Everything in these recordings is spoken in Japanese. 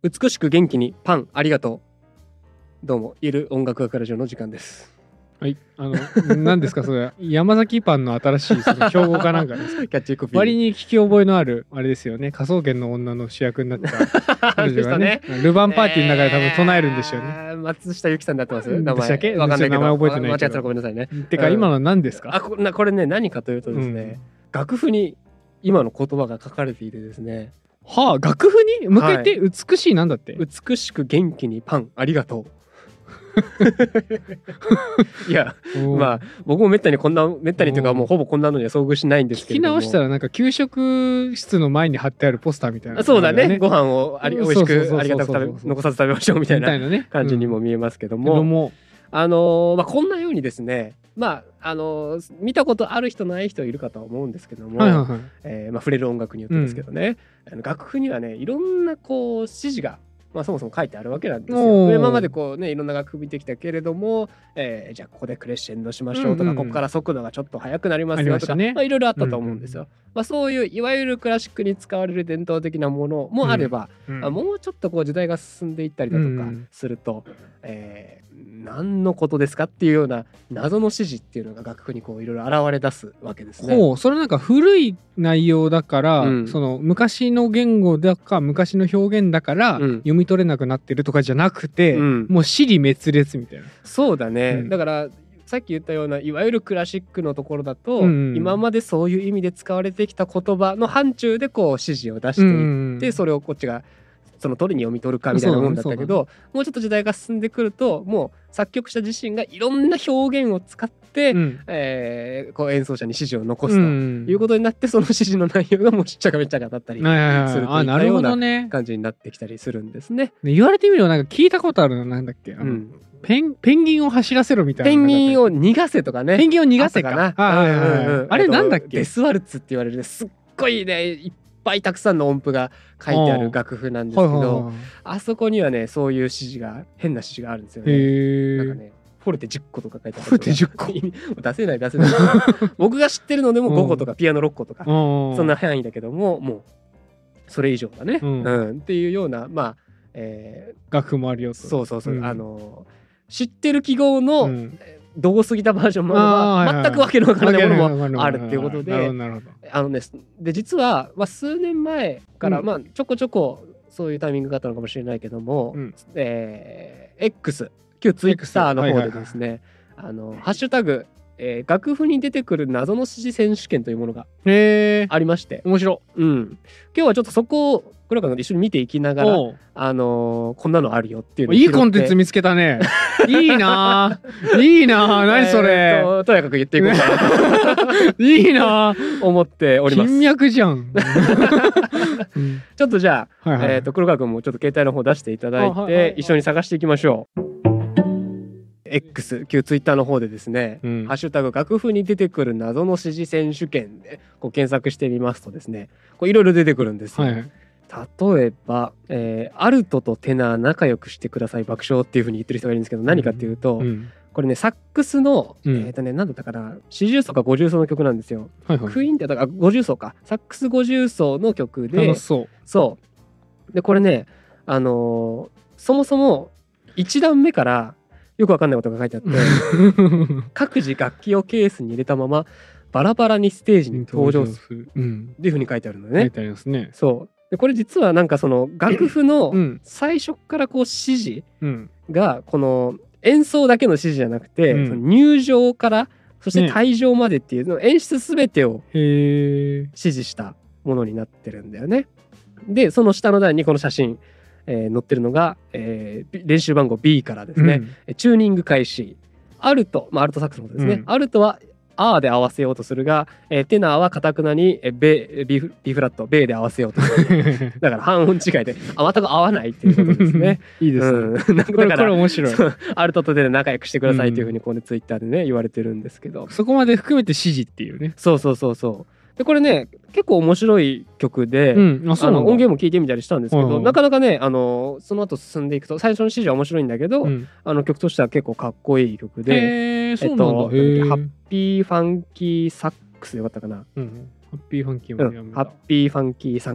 美しく元気にパンありがとう。どうもいる音楽学ラジオの時間です。 はい、何ですかそれ。山崎パンの新しいその標語かなんかですか。 キャッチコピー。 割に聞き覚えのあるあれですよね。科捜研の女の主役になった彼女がね、ルヴァンパーティーの中で多分唱えるんでしょうね。 松下由紀さんになってます。名でしたっけ？ 前わかんないけど。 名前覚えてないけど。 間違ったらごめんなさいね。 てか今のは何ですか？ これね何かというとですね、楽譜に今の言葉が書かれていてですね。 はあ、楽譜に向けて美しいなんだって。 美しく元気にパンありがとう。いやまあ僕もめったにというかもうほぼこんなのには遭遇しないんですけれども、 聞き直したらなんか給食室の前に貼ってあるポスターみたいな、 そうだね、ご飯を美味しくありがたく残さず食べましょうみたいな感じにも見えますけども、こんなようにですね、見たことある人ない人いるかとは思うんですけども、触れる音楽によってですけどね、楽譜にはねいろんなこう指示がそもそも書いてあるわけなんですよ。今までこうねいろんな楽譜見てきたけれども、じゃあここでクレッシェンドしましょうとか、ここから速度がちょっと速くなりますよとか、いろいろあったと思うんですよ。そういういわゆるクラシックに使われる伝統的なものもあれば、もうちょっとこう時代が進んでいったりだとかすると、何のことですかっていうような謎の指示っていうのが楽譜にこういろいろ現れ出すわけですね。 それなんか古い内容だから、その昔の言語だか昔の表現だから、読み取れなくなってるとかじゃなくて、もう支離滅裂みたいな。 そうだね、だからさっき言ったようないわゆるクラシックのところだと、今までそういう意味で使われてきた言葉の範疇でこう指示を出していって、それをこっちがその通りに読み取るかみたいなもんだったけど、もうちょっと時代が進んでくるともう作曲者自身がいろんな表現を使って、こう演奏者に指示を残すということになって、その指示の内容がもうちっちゃかめっちゃかだったりするといったような感じになってきたりするんですね。 言われてみればなんか聞いたことあるのなんだっけ、ペンギンを走らせろみたいな。 ペンギンを逃がせとかね。 ペンギンを逃がせかな。あれなんだっけ？ デスワルツって言われるすっごいねいっぱいたくさんの音符が書いてある楽譜なんですけど、あそこにはねそういう指示が変な指示があるんですよね。なんかねフォルテ10個とか書いてある。 フォルテ10個出せない僕が知ってるのでも5個とかピアノ6個とかそんな範囲だけども、もうそれ以上だね、っていうような楽譜もあるよと。 そう知ってる記号のどう過ぎたバージョンもあれば、全くわけのわからないものもあるっていうことで、で実は、数年前から、ちょこちょこそういうタイミングがあったのかもしれないけども、X 旧ツイッターの方でですね、ハッシュタグ楽譜に出てくる謎の指示選手権というものがありまして、 面白。 今日はちょっとそこを黒川君と一緒に見ていきながら、こんなのあるよっていうのをいいコンテンツ見つけたね。いいないいな、何それ。 とやかく言っていこうかなといいな思っております。 金脈じゃん。 ちょっとじゃあ、黒川君もちょっと携帯の方出していただいて、一緒に探していきましょう。X 旧ツイッターの方でですね、ハッシュタグ楽譜に出てくる謎の指示選手権でこう検索してみますとですね、いろいろ出てくるんですよ。例えば、アルトとテナー仲良くしてください爆笑っていう風に言ってる人がいるんですけど、何かっていうと、これねサックスの何だったかな、40奏か50奏の曲なんですよ。クイーンってだから50奏か、サックス50奏の曲で、そうでこれねそもそも1段目からよくわかんないことが書いてあって各自楽器をケースに入れたままバラバラにステージに登場するっていう風に書いてあるのね。 書いてありますね。 そうでこれ実はなんかその楽譜の最初からこう指示がこの演奏だけの指示じゃなくて、その入場からそして退場までっていうの演出すべてを指示したものになってるんだよね。でその下の段にこの写真載ってるのが、練習番号 B からですね、チューニング開始。アルト、アルトサックスのことですね。アルトはアーで合わせようとするが、テナーはカタクナにビフラット、ベーで合わせようとする。だから半音違いで全く合わないっていうことですね。 いいですね。これ面白い。 アルトとテナー仲良くしてくださいというふうにこうツイッターでね言われてるんですけど、 そこまで含めて指示っていうね。 そうでこれね結構面白い曲で、音源も聞いてみたりしたんですけど、なかなかねその後進んでいくと最初の指示は面白いんだけど、曲としては結構かっこいい曲で、ハッピーファンキーサックスでよかったかな、 ハッピーファンキーハッピーファンキーサッ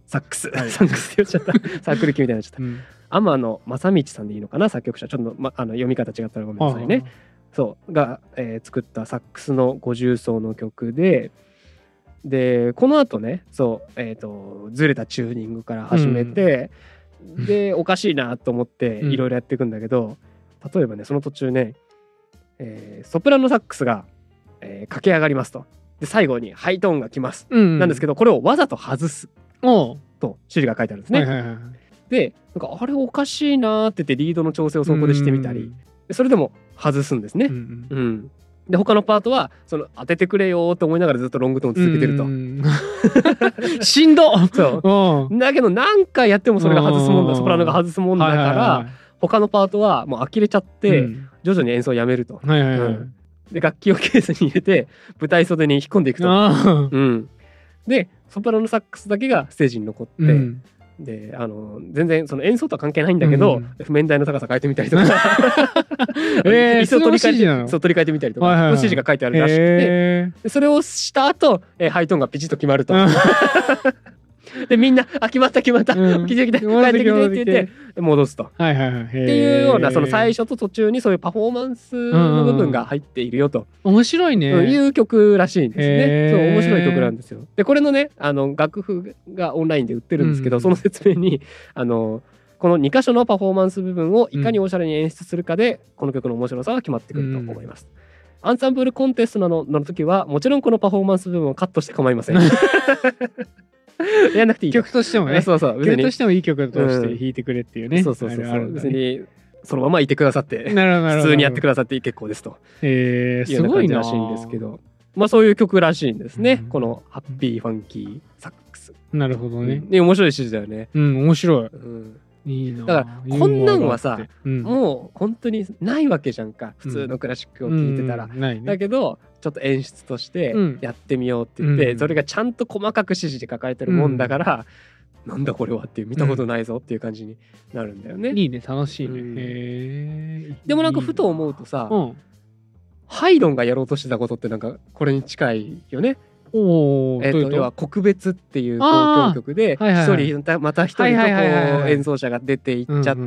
サックス、はい、サックスって言っちゃったサークルキーみたいになっちゃった、天野正道さんでいいのかな、作曲者。ちょっと、読み方違ったらごめんなさいね。そうが、作ったサックスの50奏の曲で、この後ね、ずれたチューニングから始めて、でおかしいなと思っていろいろやっていくんだけど、例えばねその途中ね、ソプラノサックスが、駆け上がりますと。で最後にハイトーンが来ます、なんですけど、これをわざと外すと指示が書いてあるんですね。でなんかあれおかしいなって言ってリードの調整をそこでしてみたり、それでも外すんですね。で他のパートはその当ててくれよと思いながらずっとロングトーン続けてるとしんどそうだけど何回やってもそれが外すもんだ、ソプラノが外すもんだから、他のパートはもう呆れちゃって徐々に演奏をやめると。で楽器をケースに入れて舞台袖に引っ込んでいくと。でソプラノサックスだけがステージに残って、で全然その演奏とは関係ないんだけど、譜面台の高さ変えてみたりとか椅子を取り替えてみたりとかの指示が書いてあるらしくて、でそれをした後、ハイトーンがピチッと決まると。でみんな決まった決まった、帰ってきて帰ってきてって言って戻すと、っていうような、その最初と途中にそういうパフォーマンスの部分が入っているよと、 面白いね、 いう曲らしいんですね。そう面白い曲なんですよ。でこれのね楽譜がオンラインで売ってるんですけど、その説明にこの2箇所のパフォーマンス部分をいかにおしゃれに演出するかで、この曲の面白さは決まってくると思います。アンサンブルコンテストの時はもちろんこのパフォーマンス部分をカットして構いません。やんなくていい。 曲としてもね。 そうそう。 曲としてもいい曲として弾いてくれっていうね。 そうそうそう。別にそのままいてくださって、普通にやってくださって結構ですと。 すごいな。 らしいんですけど、まあそういう曲らしいんですね。このハッピーファンキーサックス。 なるほどね。 面白い指示だよね。 面白い。いいな。 だからこんなんはさ、もう本当にないわけじゃんか、普通のクラシックを聴いてたら。だけどちょっと演出としてやってみようって言って、それがちゃんと細かく指示で書かれてるもんだから、なんだこれはっていう見たことないぞっていう感じになるんだよね。 いいね、楽しいね。 でもなんかふと思うとさ、ハイドンがやろうとしてたことってなんかこれに近いよね。要は国別っていう交響曲で一人また一人と演奏者が出ていっちゃって、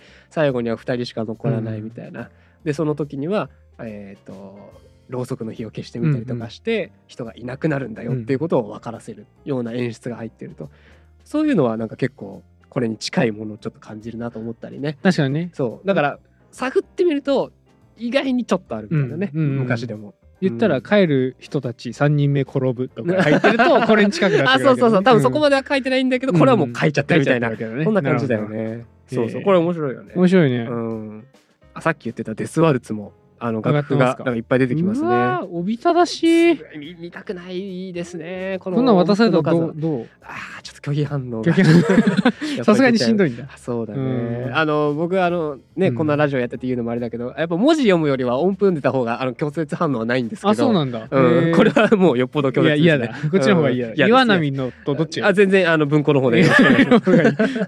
最後には2人しか残らないみたいな。でその時にはろうそくの火を消してみたりとかして人がいなくなるんだよっていうことを分からせるような演出が入ってると、そういうのはなんか結構これに近いものをちょっと感じるなと思ったりね。 確かにね。 そうだから探ってみると意外にちょっとあるみたいなね、昔でも。 言ったら帰る人たち3人目転ぶとか書いてるとこれに近くなってくるわけ、 そう多分そこまでは書いてないんだけど、これはもう書いちゃってるみたいな、そんな感じだよね。そうこれ面白いよね。 面白いね。 さっき言ってたデスワルツも楽譜がいっぱい出てきますね。 おびただしい。 見たくないですね。こんなん渡されたらどう？ ちょっと拒否反応。 さすがにしんどいんだ。 そうだね。僕ねこんなラジオやってて言うのもあれだけど、やっぱ文字読むよりは音符出た方が拒絶反応はないんですけど。 そうなんだ。 これはもうよっぽど拒絶ですね。 嫌だ。こっちの方が嫌だ。岩波のとどっち？ 全然文庫の方でよろしくお願いします。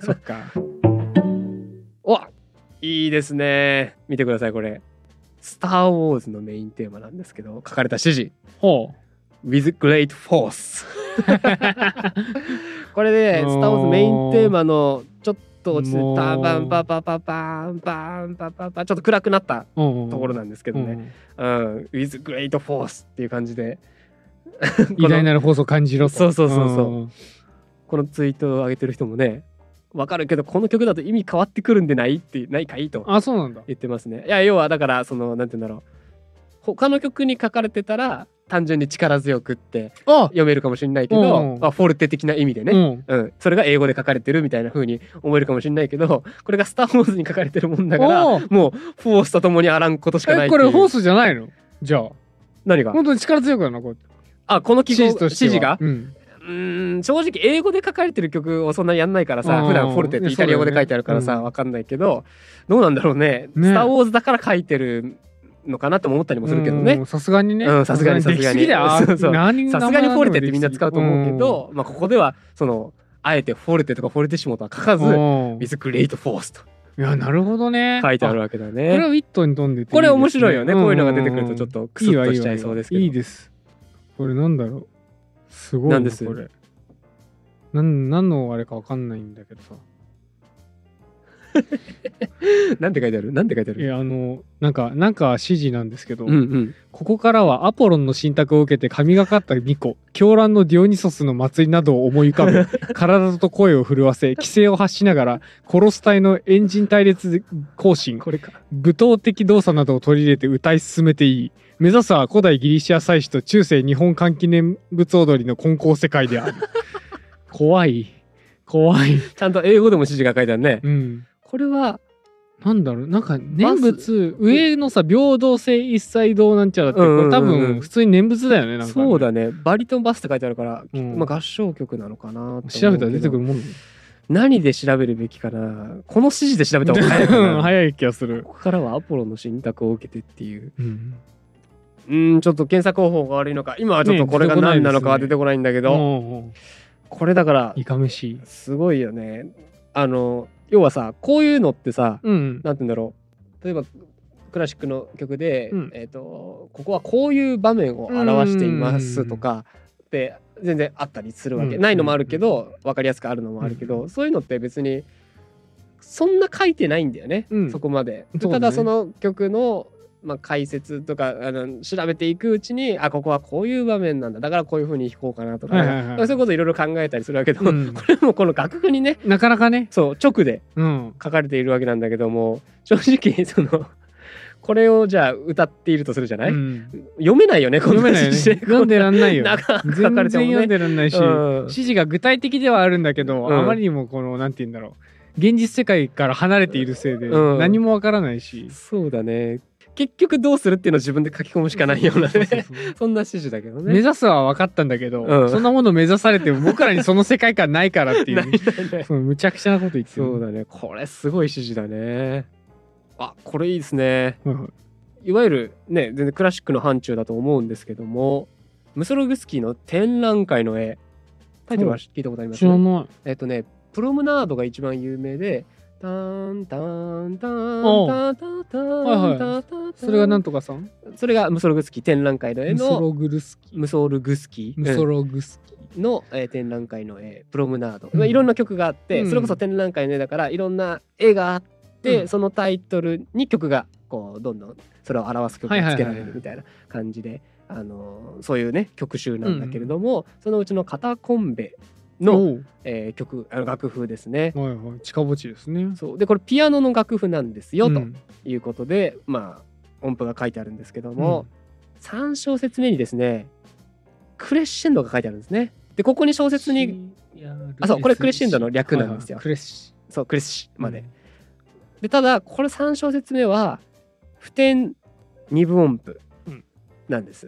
そっか。 いいですね。見てくださいこれ。スター・ウォーズのメインテーマなんですけど、書かれた指示。With great force これで、スター・ウォーズメインテーマのちょっと落ちてタバンパパパパンパンパパパちょっと暗くなったところなんですけどね、With great force っていう感じで偉大なるフォースを感じろと。 そうこのツイートを上げてる人もね、わかるけどこの曲だと意味変わってくるんでないかいとそうなんだ言ってますね。いや要はだからそのなんて言うんだろう、他の曲に書かれてたら単純に力強くって読めるかもしれないけど、フォルテ的な意味でね、それが英語で書かれてるみたいな風に思えるかもしれないけど、これがスター・ウォーズに書かれてるもんだからもうフォースとともにあらんことしかないっていう。 これフォースじゃないの？じゃあ何が本当に力強くなの？この記号指示が、正直英語で書かれてる曲をそんなやんないからさ、普段フォルテってイタリア語で書いてあるからさ、わかんないけど、どうなんだろうね。スター・ウォーズだから書いてるのかなとも思ったりもするけどね。 さすがにね。 さすがにさすがに。さすがにフォルテってみんな使うと思うけど、ここではあえてフォルテとかフォルテシモとは書かず、With great force と。 いやなるほどね。 書いてあるわけだね。 これはウィットに飛んでて。 これ面白いよね。こういうのが出てくるとちょっとクスッとしちゃいそうですけど。 いいです。これなんだろう。すごい。 なんです。 これ。 何のあれか分かんないんだけどさなんて書いてある？なんて書いてある？ いやなんか指示なんですけど、ここからはアポロンの信託を受けて神がかった巫女狂乱のディオニソスの祭りなどを思い浮かべ体と声を震わせ規制を発しながらコロス隊のエンジン隊列行進舞踏的動作などを取り入れて歌い進めていい。目指すは古代ギリシア祭祀と中世日本歓喜念仏踊りの混交世界である。怖い。 ちゃんと英語でも指示が書いてあるね。これはなんだろう、なんか念仏上のさ平等性一切どうなんちゃらって、これ多分普通に念仏だよね。なんかね、 そうだね。バリトンバスって書いてあるから、まあ合唱曲なのかな。 調べたら出てくるもんね。 何で調べるべきかな。この指示で調べた方が早いかな。 早い気がする。 ここからはアポロの信託を受けてっていう。ちょっと検索方法が悪いのか、今はちょっとこれが何なのかは出てこないんだけど、これだからいかめしい。 すごいよね。要はさ、こういうのってさ、なんて言うんだろう、例えばクラシックの曲で、ここはこういう場面を表していますとかって全然あったりするわけ、ないのもあるけど分かりやすくあるのもあるけど、そういうのって別にそんな書いてないんだよね、そこまで。ただその曲の解説とか調べていくうちに、ここはこういう場面なんだ、だからこういう風に弾こうかなとか、そういうこといろいろ考えたりするわけど、これもこの楽譜にねなかなかねそう直で書かれているわけなんだけども、正直これをじゃあ歌っているとするじゃない、読めないよね、この読めないよね。読んでらんないよ。 全然読んでらんないし、指示が具体的ではあるんだけど、あまりにもこのなんて言うんだろう、現実世界から離れているせいで何もわからないし、 そうだね。結局どうするっていうのを自分で書き込むしかないようなね、そんな指示だけどね。 目指すは分かったんだけど、そんなもの目指されても僕らにその世界観ないからっていう、むちゃくちゃなこと言ってる。 そうだね、これすごい指示だね。これいいですね。いわゆるね、全然クラシックの範疇だと思うんですけども、ムソログスキーの展覧会の絵、タイトルは聞いたことあります？ 知らない。 プロムナードが一番有名で、タンタンタンタンタンタンタンタン、 それがなんとかさん？ それがムソログスキー展覧会の絵のムソログスキーの展覧会の絵、プロムナード、いろんな曲があって、それこそ展覧会の絵だからいろんな絵があって、そのタイトルに曲がこうどんどんそれを表す曲がつけられるみたいな感じで、そういうね曲集なんだけれども、そのうちのカタコンベの、曲楽譜ですね。 近ぼちですね。 そうで、これピアノの楽譜なんですよ、ということで音符が書いてあるんですけども、3小節目にですねクレッシェンドが書いてあるんですね。でここに小節にそう、これクレッシェンドの略なんですよ。クレッシまで。でただこれ3小節目は付点2分音符なんです。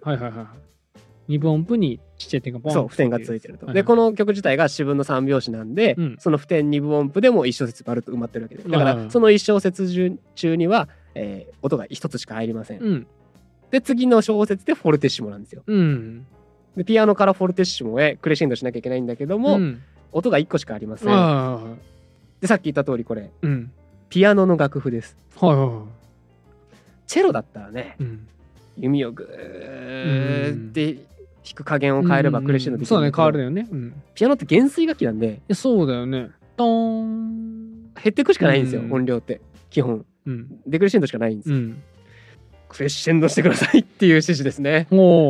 2分音符にちっちゃい点がポン、 そう付点がついてると。でこの曲自体が四分の3拍子なんで、その付点2分音符でも1小節バルッと埋まってるわけで、だからその1小節中には、音が1つしか入りません。で次の小節でフォルテッシモなんですよ。でピアノからフォルテッシモへクレッシェンドしなきゃいけないんだけども、音が1個しかありません。でさっき言った通りこれ、ピアノの楽譜です。チェロだったらね、弓をグーって弾く加減を変えればクレッシェンドできる。 そうね、変わるよね。 ピアノって減衰楽器なんで、 そうだよね。トーン減っていくしかないんですよ、音量って基本。でクレッシェンドしかないんですよ。クレッシェンドしてくださいっていう指示ですね。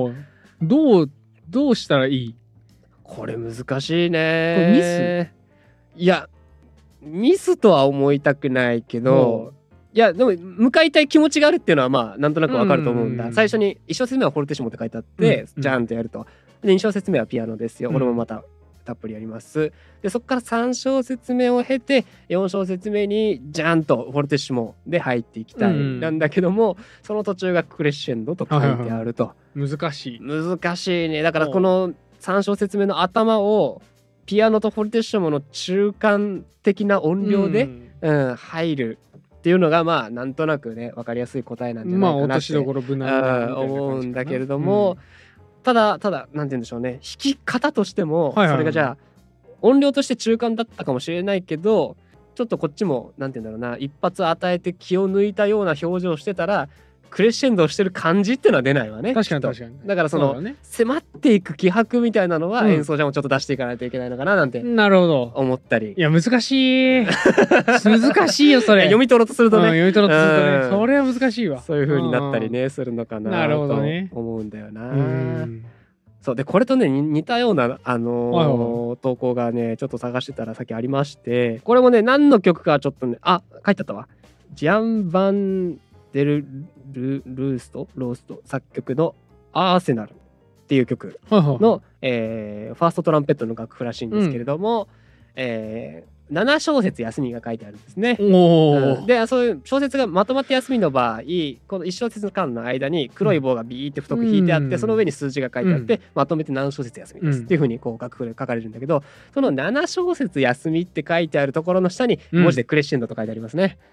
どうしたらいい？ これ難しいね。ミス？いやミスとは思いたくないけど、いやでも向かいたい気持ちがあるっていうのはなんとなくわかると思うんだ。最初に1小節目はフォルテッシモって書いてあって、ジャーンとやると。で2小節目はピアノですよ。俺もまたたっぷりやります。でそこから3小節目を経て4小節目にジャーンとフォルテッシモで入っていきたいなんだけども、その途中がクレッシェンドと書いてあると。 難しいね。だからこの3小節目の頭をピアノとフォルテッシモの中間的な音量で、入るっていうのがなんとなくね分かりやすい答えなんじゃないかなって思うんだけれども、ただなんて言うんでしょうね、弾き方としてもそれがじゃあ音量として中間だったかもしれないけど、ちょっとこっちもなんて言うんだろうな、一発与えて気を抜いたような表情してたらクレッシェンドをしてる感じっていうのは出ないわね。 確かに確かに。 だからその迫っていく気迫みたいなのは演奏者もちょっと出していかないといけないのかななんてなるほど思ったり。 いや難しい難しいよそれ。 読み取ろうとするとね、 読み取ろうとするとね、それは難しいわ。 そういう風になったりねするのかなと思うんだよな。そうでこれとね似たような投稿がねちょっと探してたらさっきありまして、これもね何の曲かちょっとね書いてあったわ。ジャン・バンデル・ロースト作曲のアーセナルっていう曲の、ファーストトランペットの楽譜らしいんですけれども、7小節休みが書いてあるんですね。でそういう小節がまとまって休みの場合、この1小節間の間に黒い棒がビーって太く引いてあって、その上に数字が書いてあって、まとめて何小節休みですっていう風にこう楽譜で書かれるんだけど、その7小節休みって書いてあるところの下に文字でクレッシェンドと書いてありますね。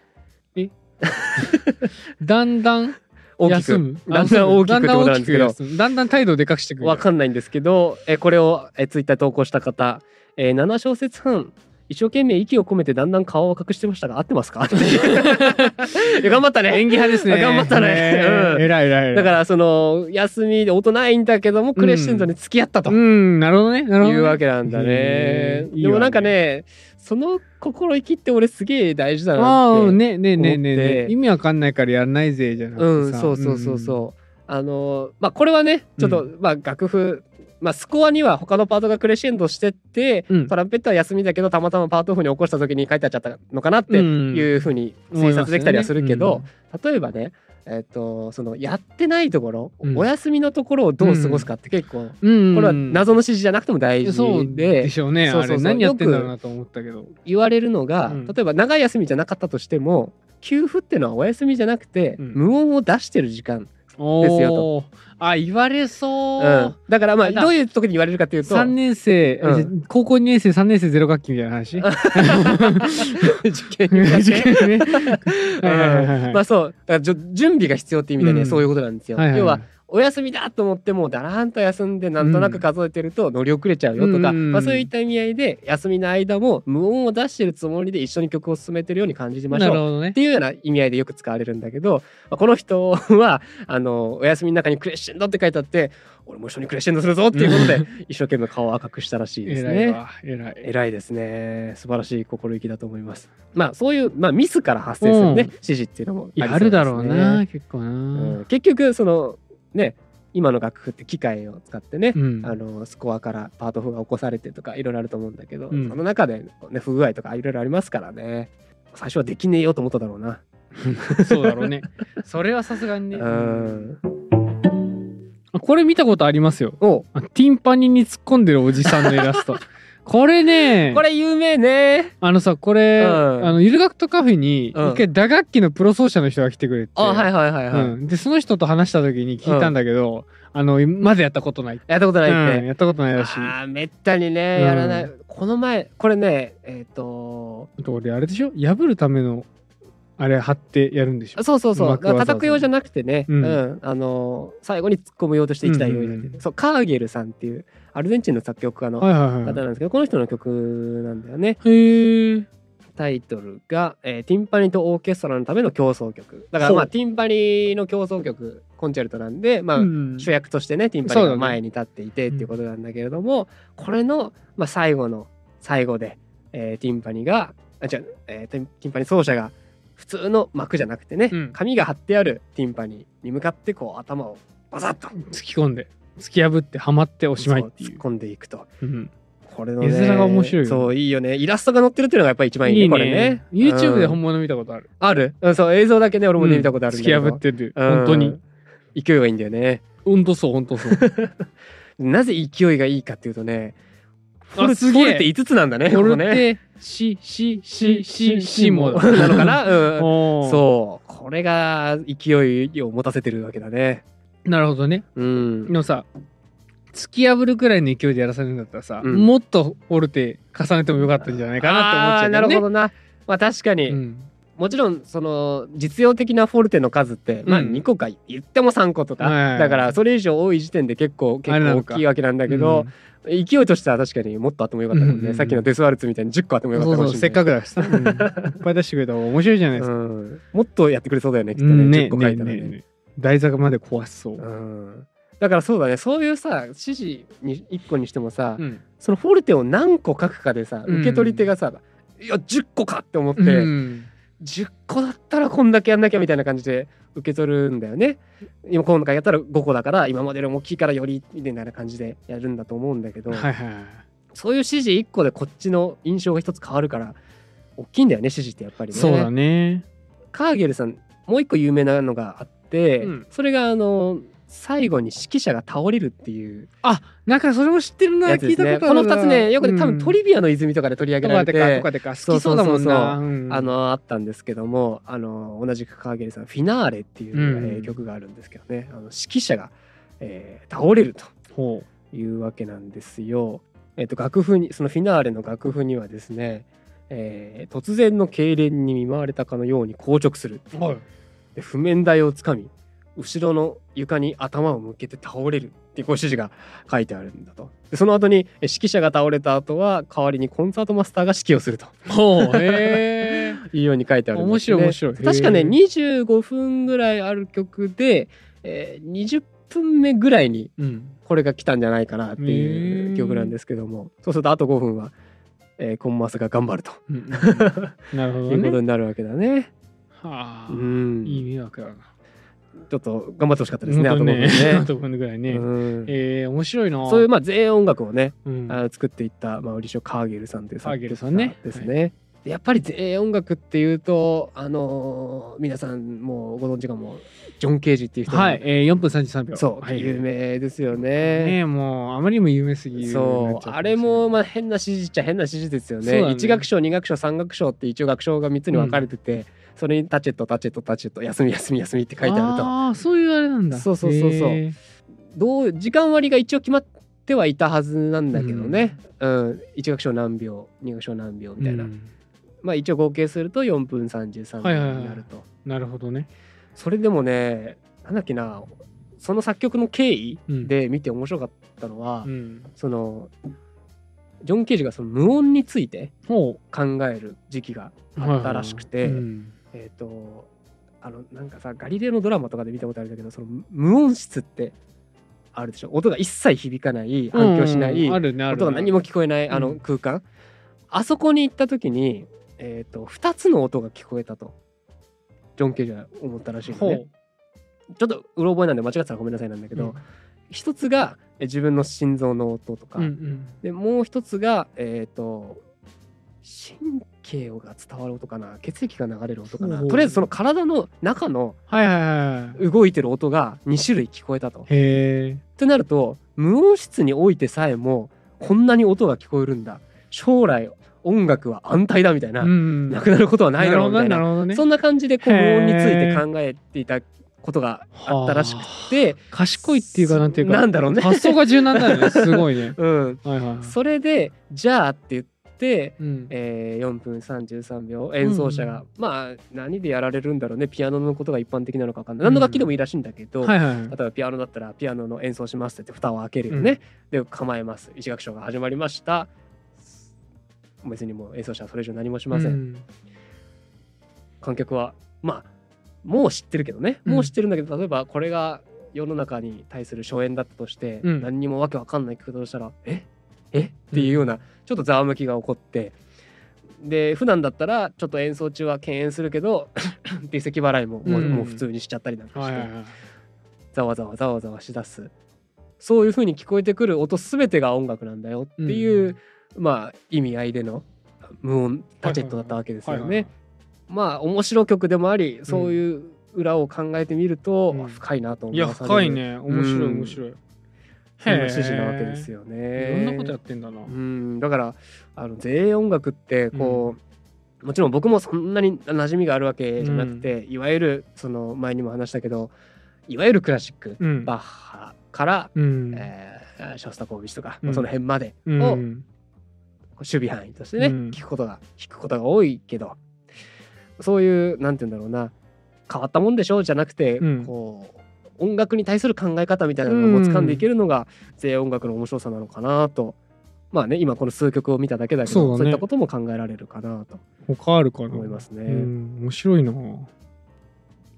だんだん大きくだんだん大きくってことなんですけど、 だんだん態度をでかくしてくる。 わかんないんですけど、これをツイッター投稿した方、7小節半一生懸命息を込めてだんだん顔を隠してましたが合ってますかって頑張ったね。 演技派ですね。 頑張ったね。 偉い。 だからその休みで音ないんだけどもクレッシェンドに付き合ったと、 なるほどね。 いうわけなんだね。でもなんかね、その心意気って俺すげえ大事だなって思って。 ね意味わかんないからやらないぜじゃなくてさ。 そうこれはねちょっと楽譜スコアには他のパートがクレッシェンドしてって、トランペットは休みだけどたまたまパートオフに起こした時に書いてあっちゃったのかなっていうふうに推察できたりはするけど、例えばねそのやってないところ、お休みのところをどう過ごすかって結構、これは謎の指示じゃなくても大事で、 そうでしょうね。あれ何やってんだろうなと思ったけど、 言われるのが、例えば長い休みじゃなかったとしても給付っていうのはお休みじゃなくて、無音を出してる時間ですよと。 言われそう、 だからどういう時に言われるかというと、 3年生、高校2年生3年生0学期みたいな話受験ねそうだから準備が必要っていう意味でね、そういうことなんですよ。要はお休みだと思ってもだらんと休んでなんとなく数えてると乗り遅れちゃうよとか、そういった意味合いで休みの間も無音を出してるつもりで一緒に曲を進めてるように感じましょうっていうような意味合いでよく使われるんだけど、この人はお休みの中にクレッシェンドって書いてあって俺も一緒にクレッシェンドするぞっていうことで一生懸命顔を赤くしたらしいですね。偉いですね。素晴らしい心意気だと思います。そういうミスから発生するね指示っていうのもありそうですね。 あるだろうな結構な。 結局そのね今の楽譜って機械を使ってね、スコアからパート譜が起こされてとかいろいろあると思うんだけど、その中で、ね、不具合とかいろいろありますからね。最初はできねえよと思っただろうな。 そうだろうね。それはさすがにね。これ見たことありますよ。ティンパニに突っ込んでるおじさんのイラスト。これね、 これ有名ね。 これゆる学徒カフェに一回打楽器のプロ奏者の人が来てくれて、でその人と話した時に聞いたんだけど、まだやったことないって。 やったことないって。 やったことないらしい。 めったにねやらない。この前これね俺あれでしょ、破るためのあれ貼ってやるんでしょ。 そう叩く用じゃなくてね、最後に突っ込む用として1台用意されてる。そうカーゲルさんっていうアルゼンチンの作曲家の方なんですけど、この人の曲なんだよね。タイトルが、ティンパニとオーケストラのための協奏曲だからティンパニの協奏曲コンチェルトなんで、主役としてねティンパニが前に立っていてっていうことなんだけれども、これの、最後の最後で、ティンパニがティンパニ奏者が普通の幕じゃなくてね、紙が貼ってあるティンパニに向かってこう頭をバサッと突き込んで突き破ってはまっておしまいっていう、 突っ込んでいくと、これの絵面が面白いよね。 そういいよね。イラストが載ってるっていうのがやっぱり一番いいね。これね YouTube で本物見たことある。 ある。そう映像だけね俺も見たことあるんだけど、 突き破ってる本当に勢いがいいんだよね。 本当そうなぜ勢いがいいかっていうとね、フォルテ5つなんだね。 フォルテシモなのかな。そうこれが勢いを持たせてるわけだね。 なるほどね。でもさ突き破るくらいの勢いでやらされるんだったらさ、もっとフォルテ重ねてもよかったんじゃないかなって思っちゃうけどね。 なるほどな。確かに、もちろんその実用的なフォルテの数って2個か言っても3個とか、だからそれ以上多い時点で結構大きいわけなんだけど、勢いとしては確かにもっとあってもよかったもんね。さっきのデスワルツみたいに10個あってもよかったかもしれない。 せっかくだしさ、いっぱい出してくれた方が面白いじゃないですか。 もっとやってくれそうだよねきっとね。10個書いたらね。 台座まで壊しそう、 だからそうだね、そういうさ指示に1個にしてもさ、そのフォルテを何個書くかでさ受け取り手がさ、いや10個かって思って、10個だったらこんだけやんなきゃみたいな感じで受け取るんだよね。今今回やったら5個だから今までよりも大きいからよりみたいな感じでやるんだと思うんだけど、そういう指示1個でこっちの印象が一つ変わるから大きいんだよね、指示ってやっぱりね。 そうだね。 カーゲルさんもう一個有名なのがあって、それが最後に指揮者が倒れるっていう。 なんかそれも知ってるな、聞いたことあるな。 この2つねよく多分トリビアの泉とかで取り上げられてとか好きそうだもんな。 あったんですけども、同じくカーゲルさんフィナーレっていう、曲があるんですけどね、指揮者が、倒れるというわけなんですよ。楽譜にそのフィナーレの楽譜にはですね、突然の痙攣に見舞われたかのように硬直する、で譜面台をつかみ後ろの床に頭を向けて倒れるっていう指示が書いてあるんだと。でその後に指揮者が倒れた後は代わりにコンサートマスターが指揮をするというように書いてあるんですね。 面白い。 確かね25分ぐらいある曲で、20分目ぐらいにこれが来たんじゃないかなっていう曲なんですけども、そうするとあと5分は、コンマスが頑張ると、 なるほどね、 いうことになるわけだね。 いい迷惑だな。 ちょっと頑張ってほしかったですね。あと 5分ぐらいね。面白いな。 そういう前衛音楽をね、作っていったウリショ・カーゲルさんという作曲家ですね。やっぱり前衛音楽っていうと皆さんもうご存知かも、ジョン・ケージっていう人が 4分33秒そう有名ですよね。 もうあまりにも有名すぎる。 そうあれも変な指示っちゃ変な指示ですよね。1楽章2楽章3楽章って一応楽章が3つに分かれてて、それにタチェットタチェットタチェット休み休み休みって書いてあると。 そういうあれなんだ。 そう時間割が一応決まってはいたはずなんだけどね、1楽章何秒2楽章何秒みたいな、一応合計すると4分33秒になると。 なるほどね。 それでもね、なんだっけな、その作曲の経緯で見て面白かったのは、そのジョン・ケージがその無音について考える時期があったらしくて、なんかさガリレオのドラマとかで見たことあるんだけど、その無音室ってあるでしょ。音が一切響かない反響しない、音が何も聞こえない空間、あそこに行った時に2つの音が聞こえたとジョン・ケージは思ったらしいのね。ちょっとうろ覚えなんで間違ってたらごめんなさいなんだけど、一つが自分の心臓の音とか、でもう一つが神経が伝わる音かな、血液が流れる音かな、とりあえずその体の中の動いてる音が2種類聞こえたと。ってなると無音室においてさえもこんなに音が聞こえるんだ、将来音楽は安泰だみたいな、なくなることはないだろうみたいな、そんな感じで無音について考えていたことがあったらしくて、 賢いっていうかなんていうか、 なんだろうね、 発想が柔軟だよね。すごいね。 それでじゃあって言って、4分33秒演奏者が、何でやられるんだろうね、ピアノのことが一般的なのか分かんない、何の楽器でもいいらしいんだけど、例えばピアノだったらピアノの演奏しますって蓋を開けるよね、で構えます、一楽章が始まりました、別にもう演奏者はそれ以上何もしません、観客はもう知ってるけどね、もう知ってるんだけど、例えばこれが世の中に対する初演だったとして、何にもわけわかんない曲だとしたらえっていうようなちょっとざわめきが起こって、で普段だったらちょっと演奏中は敬遠するけどっていう咳払いももう普通にしちゃったりなんかして、ざわざわしだす、そういう風に聞こえてくる音全てが音楽なんだよっていう、意味合いでの無音タチェットだったわけですよね。面白曲でもあり、そういう裏を考えてみると深いなと思います。 いや深いね、面白い面白い。 そんな指示なわけですよね。 いろんなことやってんだな。 だから前衛音楽ってもちろん僕もそんなに馴染みがあるわけじゃなくて、いわゆるその前にも話したけど、いわゆるクラシック、バッハから、ショスタコーヴィチとか、その辺までを守備範囲としてね、弾くことが多いけど、そういうなんて言うんだろうな、変わったもんでしょうじゃなくて、音楽に対する考え方みたいなのを掴んでいけるのが前衛音楽の面白さなのかなと、今この数曲を見ただけだけど、そういったことも考えられるかなと他あるかな思いますね。 面白いな。こ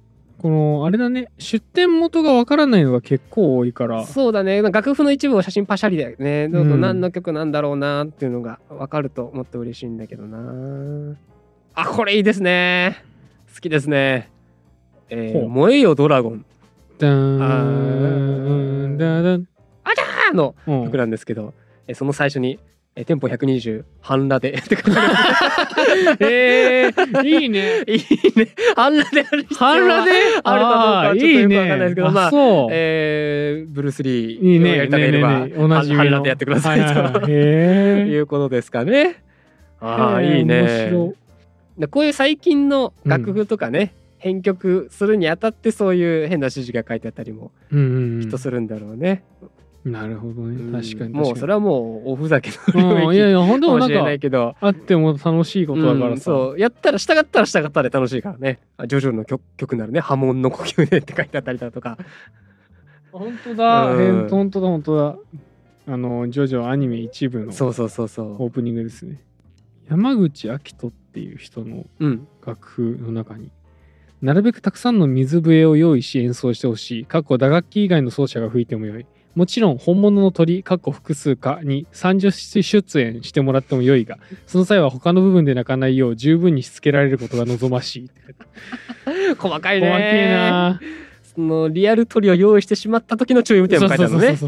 このあれだね、出典元がわからないのが結構多いから。 そうだね、楽譜の一部を写真パシャリだよね。何の曲なんだろうなっていうのがわかるともっと嬉しいんだけどな。あ、これいいですね。好きですね。燃えよドラゴン。ダーンダーンあちゃーの曲なんですけど、その最初にテンポ120半裸でって書いてある。いいね。 いいね。半裸である必要はあるかどうかはちょっとよくわかんないですけど、まあ、ブルース・リーをやりたければ半裸でやってくださいということですかね。ああ、いいね。こういう最近の楽譜とかね、編曲するにあたってそういう変な指示が書いてあったりもきっとするんだろうね。 なるほどね、確かに。 もうそれはもうおふざけの領域かもしれないけど、 あっても楽しいことだからさ、 そうやったら従ったら従ったで楽しいからね。ジョジョの曲なるね、波紋の呼吸でって書いてあったりだとか。 本当だ、本当だ。ジョジョアニメ一部のオープニングですね。山口明人っていう人の楽譜の中に、なるべくたくさんの水笛を用意し演奏してほしい。打楽器以外の奏者が吹いてもよい。もちろん本物の鳥複数かに30出演してもらってもよいが、その際は他の部分で泣かないよう十分にしつけられることが望ましい。 細かいね。細かいな。そのリアル鳥を用意してしまった時の注意みたいなの書いてあるのね。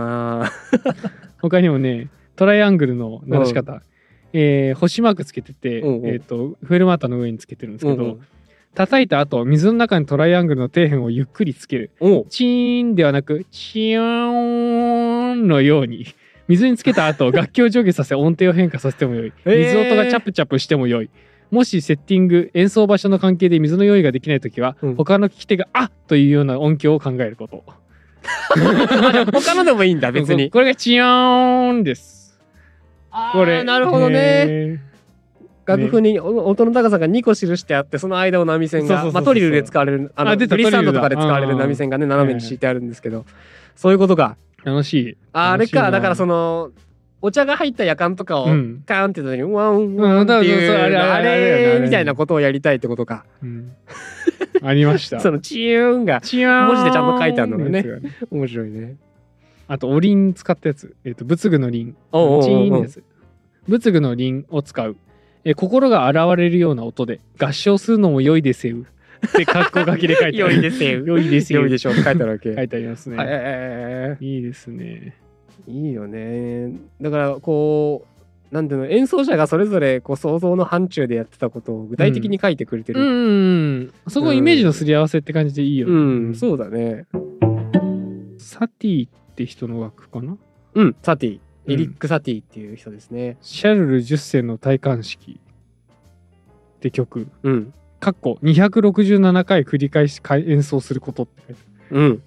他にもね、トライアングルの鳴らし方、星マークつけてて、フェルマータの上につけてるんですけど、叩いた後、水の中にトライアングルの底辺をゆっくりつける。チーンではなく、チヨーンのように、水につけた後、楽器を上下させ音程を変化させてもよい。水音がチャプチャプしてもよい。もしセッティング、演奏場所の関係で水の用意ができないときは、他の聞き手があっというような音響を考えること。 他のでもいいんだ、別に。 これがチヨーンです。 これ。なるほどね。楽譜に音の高さが2個記してあって、その間を波線がトリルで使われる、グリッサンドとかで使われる波線がね、斜めに敷いてあるんですけど、そういうことか。 楽しい。 あれか、だからそのお茶が入ったやかんとかをカーンってやった時にワンワンっていうあれみたいなことをやりたいってことか。 ありました。 そのチューンが文字でちゃんと書いてあるのがね、面白いね。 あとおりん使ったやつ、仏具のりん、チーンのやつ、仏具のりんを使う。心が洗われるような音で合唱するのも良いですよって格好書きで書いてある。 良いですよ。 良いですよ。 良いでしょうって書いてあるわけ。 書いてありますね。いいですね。 いいよね。だからこうなんていうの、演奏者がそれぞれこう想像の範疇でやってたことを具体的に書いてくれてる。 そこイメージのすり合わせって感じでいいよね。 そうだね。 サティって人の楽かな。 サティ。エリック・サティっていう人ですね。 シャルル10世の戴冠式って曲。267回繰り返し演奏することって書いてある。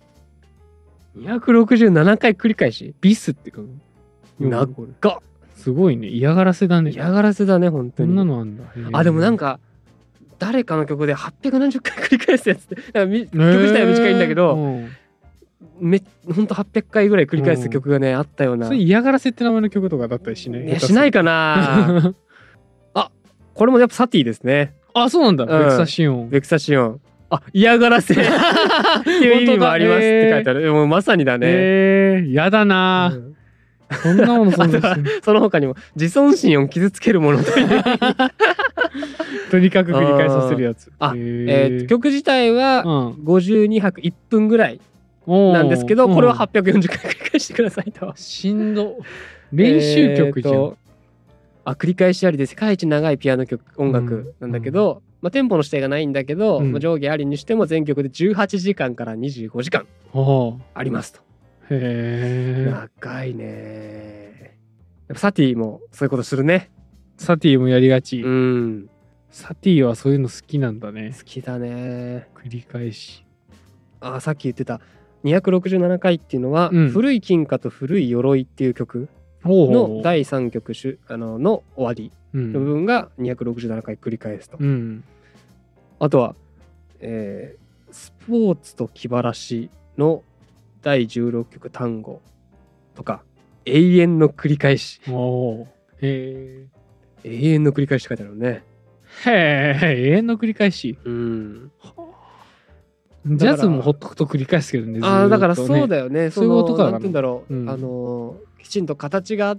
267回繰り返しビスって書く。 長っ。 すごいね。嫌がらせだね。 嫌がらせだね、本当に。 こんなのあんだ。 でもなんか誰かの曲で870回繰り返すやつって、曲自体は短いんだけど、ほんと800回ぐらい繰り返す曲がね、あったような。 それ嫌がらせって名前の曲とかだったりしない？ しないかな。これもやっぱサティですね。 そうなんだ。ベクサシオン。 ベクサシオン。嫌がらせっていう意味もありますって書いてある。もうまさにだね。 やだな。そんなもの存在してる。 その他にも自尊心を傷つけるものとにかく繰り返させるやつ。 曲自体は52拍1分ぐらいなんですけど、これは840回繰り返してくださいと。 しんど。練習曲じゃん。 繰り返しありで世界一長いピアノ曲音楽なんだけど、テンポの指定がないんだけど、上下ありにしても全曲で18時間から25時間ありますと。長いね。やっぱサティもそういうことするね。 サティもやりがち。サティはそういうの好きなんだね。 好きだね。 繰り返し。 さっき言ってた267回っていうのは、古い金貨と古い鎧っていう曲の第3曲の終わりの部分が267回繰り返すと。あとは、スポーツと気晴らしの第16曲単語とか、永遠の繰り返し。永遠の繰り返しって書いてあるね。 永遠の繰り返し。 ジャズもほっとくと繰り返すけどね。 だからそうだよね。 そういうことかな。 なんて言うんだろう。きちんと形があって、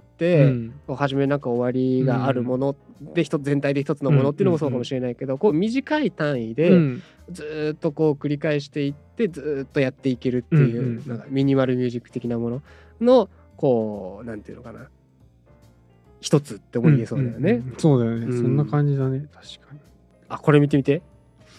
初めなんか終わりがあるもので全体で一つのものっていうのもそうかもしれないけど、こう短い単位でずっとこう繰り返していってずっとやっていけるっていうなんかミニマルミュージック的なもののこうなんていうのかな、一つって思いそうだよね。 そうだよね。そんな感じだね。確かに。 これ見てみて。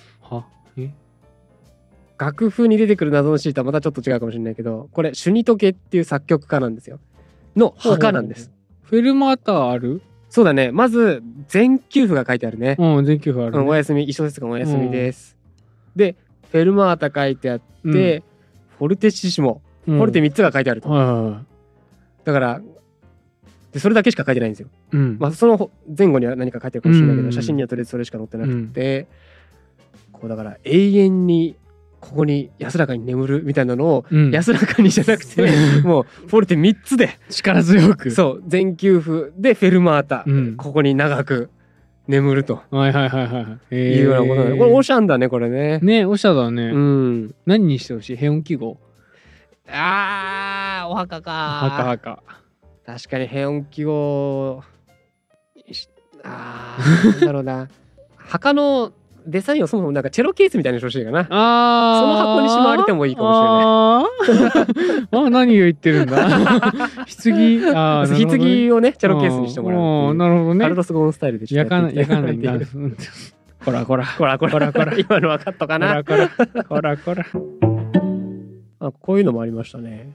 楽譜に出てくる謎のシートはまたちょっと違うかもしれないけど、これシュニトケっていう作曲家なんですよ。の墓なんです。 フェルマータある？ そうだね。まず全休符が書いてあるね。 全休符ある、 お休み、一小節がお休みです。でフェルマータ書いてあって、フォルテッシシモ、フォルテ3つが書いてあると。だからでそれだけしか書いてないんですよ。その前後には何か書いてるかもしれないけど、写真にはとりあえずそれしか載ってなくて、こうだから永遠にここに安らかに眠るみたいなのを、安らかにじゃなくてもうフォルテ3つで力強く、 そう全休符でフェルマータ、ここに長く眠るというようなことなんで、これオシャンだね、これね。 ね、オシャだね。何にしてほしい？ヘオン記号？ お墓か。 墓。 確かにヘオン記号。なんだろうな。墓のデザインをそもそもなんかチェロケースみたいにしてほしいかな。その箱にしまわれてもいいかもしれない。 何を言ってるんだ。棺をねチェロケースにしてもらう。 なるほどね。 カルロス・ゴーンスタイルでやかないんだ。こら。 今のはカットかな。 こら。 こういうのもありましたね。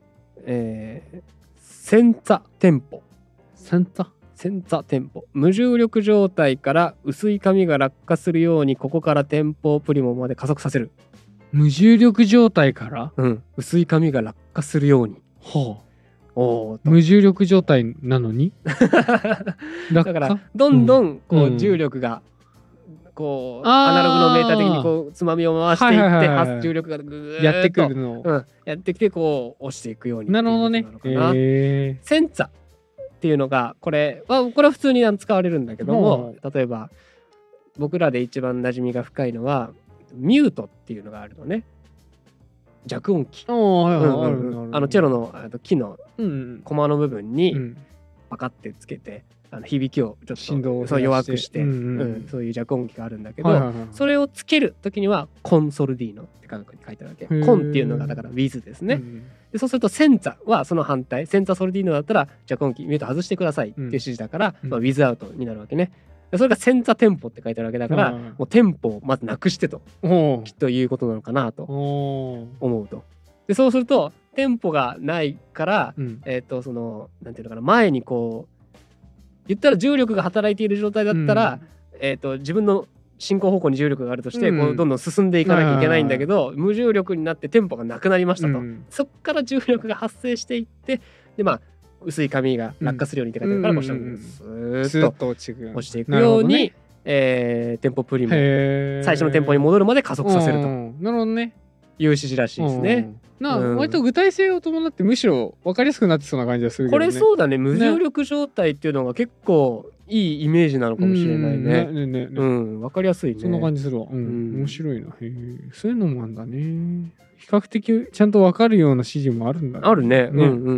センツァテンポ。センツァテンポ。無重力状態から薄い紙が落下するようにここからテンポプリモまで加速させる。 無重力状態から？ 薄い紙が落下するように。 無重力状態なのにだからどんどんこう重力がこうアナログのメーター的にこうつまみを回していって重力がぐーっとやってくるの、 やってきてこう押していくように。 なるほどね。 センツァっていうのがこれは普通に使われるんだけども、例えば僕らで一番馴染みが深いのはミュートっていうのがあるのね。弱音器。チェロの木のコマの部分にパカってつけて響きをちょっと弱くしてそういう弱音器があるんだけど、それをつける時にはコンソルディーノって書いてあるわけ。コンっていうのがだから with ですね。でそうするとセンツァはその反対、センツァソルディーノだったら弱音器ミュート外してくださいっていう指示だから、without になるわけね。それがセンツァテンポって書いてあるわけだから、もうテンポをまずなくしてときっということなのかなと思うと。でそうするとテンポがないから、そのなんていうのかな、前にこう言ったら重力が働いている状態だったら、自分の進行方向に重力があるとして、こうどんどん進んでいかなきゃいけないんだけど、無重力になってテンポがなくなりましたと、そっから重力が発生していって、で薄い紙が落下するようにって書いてあるから、こう下にスーッと落ちていくように、テンポプリモ最初のテンポに戻るまで加速させると。 なるほどね。 いう指示らしいですね。 割と具体性を伴ってむしろ分かりやすくなってそうな感じがするけどね。 これそうだね。無重力状態っていうのが結構いいイメージなのかもしれないね。分かりやすいね。 そんな感じするわ。面白いな。そういうのもあるんだね。比較的ちゃんと分かるような指示もあるんだね。 あるね。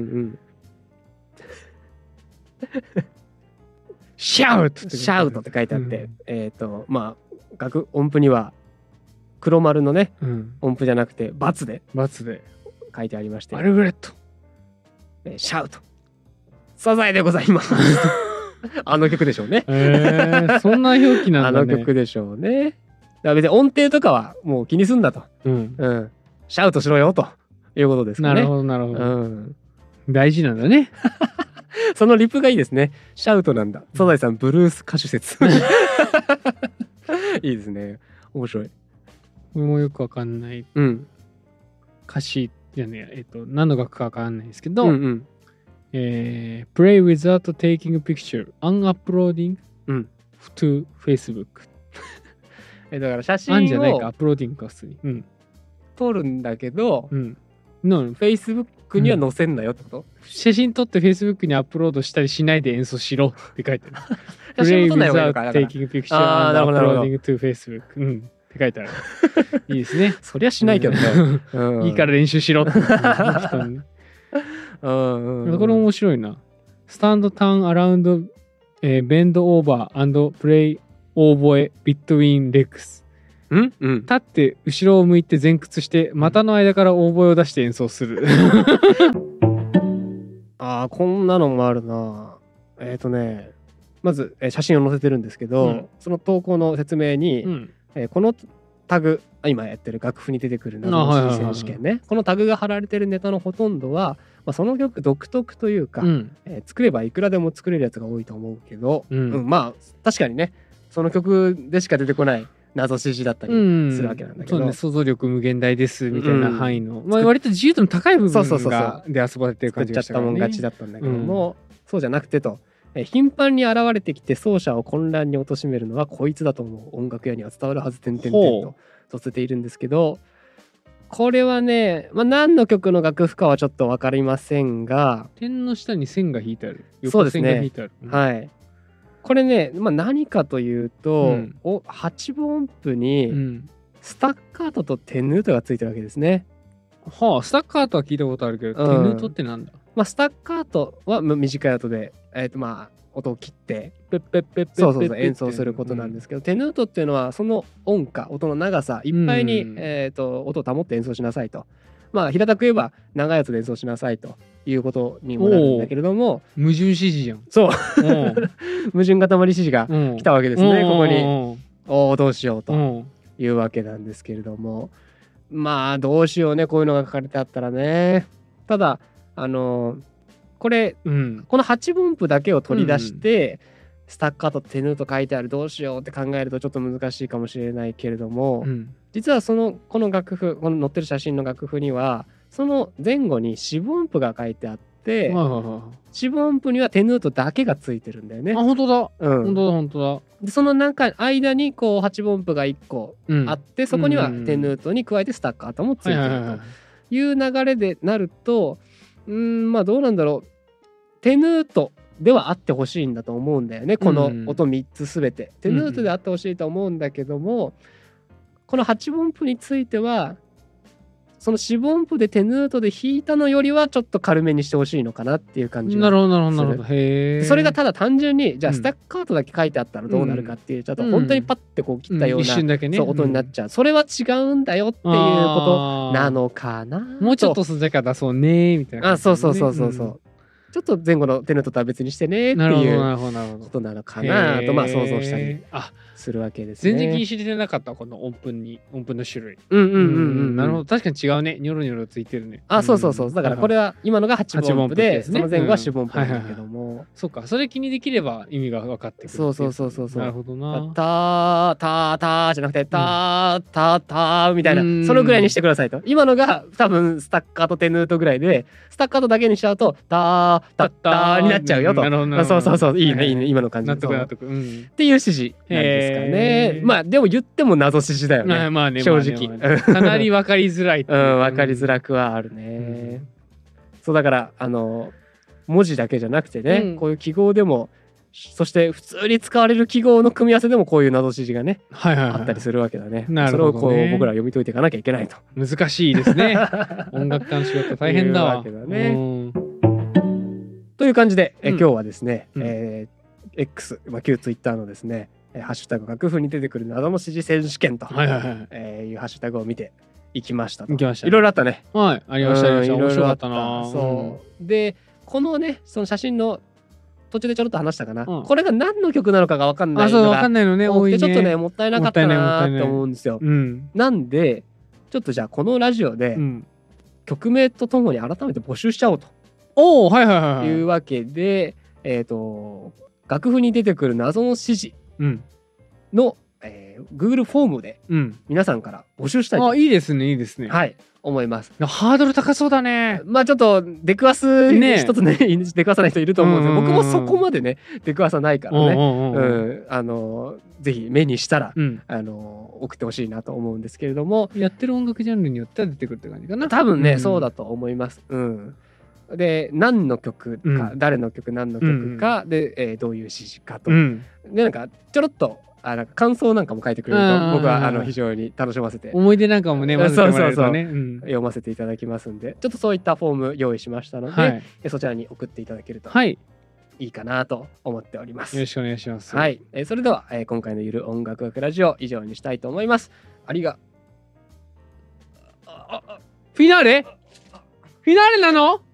シャウトって書いてあって、音符には黒丸のね、音符じゃなくて×で書いてありまして、 アルフレット、 シャウト、サザエでございます。あの曲でしょうね。 そんな表記なんだね。 あの曲でしょうね。だから別に音程とかはもう気にすんだと、シャウトしろよということですかね。 なるほど、大事なんだね。 そのリプがいいですね。シャウトなんだ。サザエさんブルース歌手説。いいですね。面白い。 これもよくわかんない、歌詞じゃねえ、何の楽かわかんないですけど、Play without taking a picture, unuploading to Facebook。 だから写真をじゃないか、アップローディングか普通に、 撮るんだけど、Facebook には載せんなよってこと？ 写真撮って Facebook にアップロードしたりしないで演奏しろって書いてある。 写真も撮んない方がいいの Play か。 without taking a picture, unuploading to Facebook。 って書いてある。いいですね。 そりゃしないけどね。 いいから練習しろって人に。これ面白いな。スタンドターンアラウンド、ベンドオーバー&プレイオーボエビットウィンレックス。立って後ろを向いて前屈して股の間からオーボエを出して演奏する。 ああ、こんなのもあるな。まず、写真を載せてるんですけど、その投稿の説明に、このタグ、今やってる楽譜に出てくる謎の指示選手権ね、このタグが貼られてるネタのほとんどは、その曲独特というか、作ればいくらでも作れるやつが多いと思うけど、まあ確かにね、その曲でしか出てこない謎指示だったりするわけなんだけど、 そうね、想像力無限大ですみたいな範囲の、割と自由度の高い部分がで遊ばれてる感じがしたからね。 作っちゃったもん勝ちだったんだけども、そうじゃなくてと、頻繁に現れてきて奏者を混乱に貶めるのはこいつだと思う。音楽屋には伝わるはずと載せているんですけど、これはね、何の曲の楽譜かはちょっと分かりませんが、 点の下に線が引いてある。 そうですね。はい。これね、何かというと、8分音符にスタッカートとテヌートがついてるわけですね。 はあ、スタッカートは聞いたことあるけど、テヌートってなんだ？ スタッカートは短い音で、音を切ってペッペッペッペッペッ演奏することなんですけど、テヌートっていうのはその音価、音の長さいっぱいに、音を保って演奏しなさいと。平たく言えば長いやつで演奏しなさいということにもなるんだけれども、 矛盾指示じゃん。 そう矛盾塊指示が来たわけですね、ここに。どうしようというわけなんですけれども、どうしようね、こういうのが書かれてあったらね。ただこれ、この8分音符だけを取り出して、スタッカートテヌート書いてある、どうしようって考えるとちょっと難しいかもしれないけれども、実はこの楽譜、この載ってる写真の楽譜にはその前後に四分音符が書いてあって、四分音符にはテヌートだけがついてるんだよね。 本当だ。本当だ。 でその間にこう8分音符が1個あって、そこにはテヌートに加えてスタッカートもついてるという流れでなると、どうなんだろう。テヌートではあってほしいんだと思うんだよね、この音3つすべて。テヌートであってほしいと思うんだけども、この8分音符についてはその四分音符でテヌートで弾いたのよりはちょっと軽めにしてほしいのかなっていう感じがする。なるほど。へえ。それがただ単純にじゃあスタッカートだけ書いてあったらどうなるかっていう、ちょっと本当にパッてこう切ったような、一瞬だけね、音になっちゃう。それは違うんだよっていうことなのかな。 もうちょっと筋が出そうねみたいな。 そう。ちょっと前後のテヌートとは別にしてねっていうことなのかなと想像したりするわけですね。 全然気にしてなかった、この音符の種類。なるほど、確かに違うね。ニョロニョロついてるね。 そう。だからこれは今のが8分音符で、その前後は四分音符なんだけども、 そうか、それ気にできれば意味が分かってくる。そう。 なるほどな。 タじゃなくてタみたいな、そのぐらいにしてくださいと。今のが多分スタッカートテヌートぐらいで、スタッカートだけにしちゃうとタになっちゃうよと。そういいね今の感じ。納得。っていう指示なんですかね。でも言っても謎指示だよね。正直かなり分かりづらい。 分かりづらくはあるね。そうだから文字だけじゃなくてね、こういう記号でも、そして普通に使われる記号の組み合わせでもこういう謎指示がねあったりするわけだね。それをこう僕ら読み解いていかなきゃいけないと。 難しいですね。音楽家の仕事大変だわ。 という感じで今日はですね、X、旧ツイッターのですね、ハッシュタグ楽譜に出てくる謎の指示選手権というハッシュタグを見ていきましたと。いろいろあったね。 はい、ありました。面白かったな。 そうで、このね、その写真の途中でちょろっと話したかな、これが何の曲なのかが分かんないのが多くて、ちょっとねもったいなかったなって思うんですよ。なんでちょっとじゃあこのラジオで曲名とともに改めて募集しちゃおうというわけで、楽譜に出てくる謎の指示の、Google フォームで皆さんから募集したいと。 いいですね。 はい思います。 ハードル高そうだね。 ちょっと出くわす一つね、出くわさない人いると思うんですけど、僕もそこまでね出くわさないからね、ぜひ目にしたら送ってほしいなと思うんですけれども、 やってる音楽ジャンルによっては出てくるって感じかな。 多分ね、そうだと思います。で何の曲か、誰の曲何の曲かで、どういう指示かと、でなんかちょろっとなんか感想なんかも書いてくれると僕は非常に楽しませて、 思い出なんかもね混ぜてもらえるとね、 読ませていただきますんで、ちょっとそういったフォーム用意しましたので、はい、そちらに送っていただけるといいかなと思っております。 よろしくお願いします。 はい、それでは、今回のゆる音楽学ラジオ以上にしたいと思います。フィナーレなの？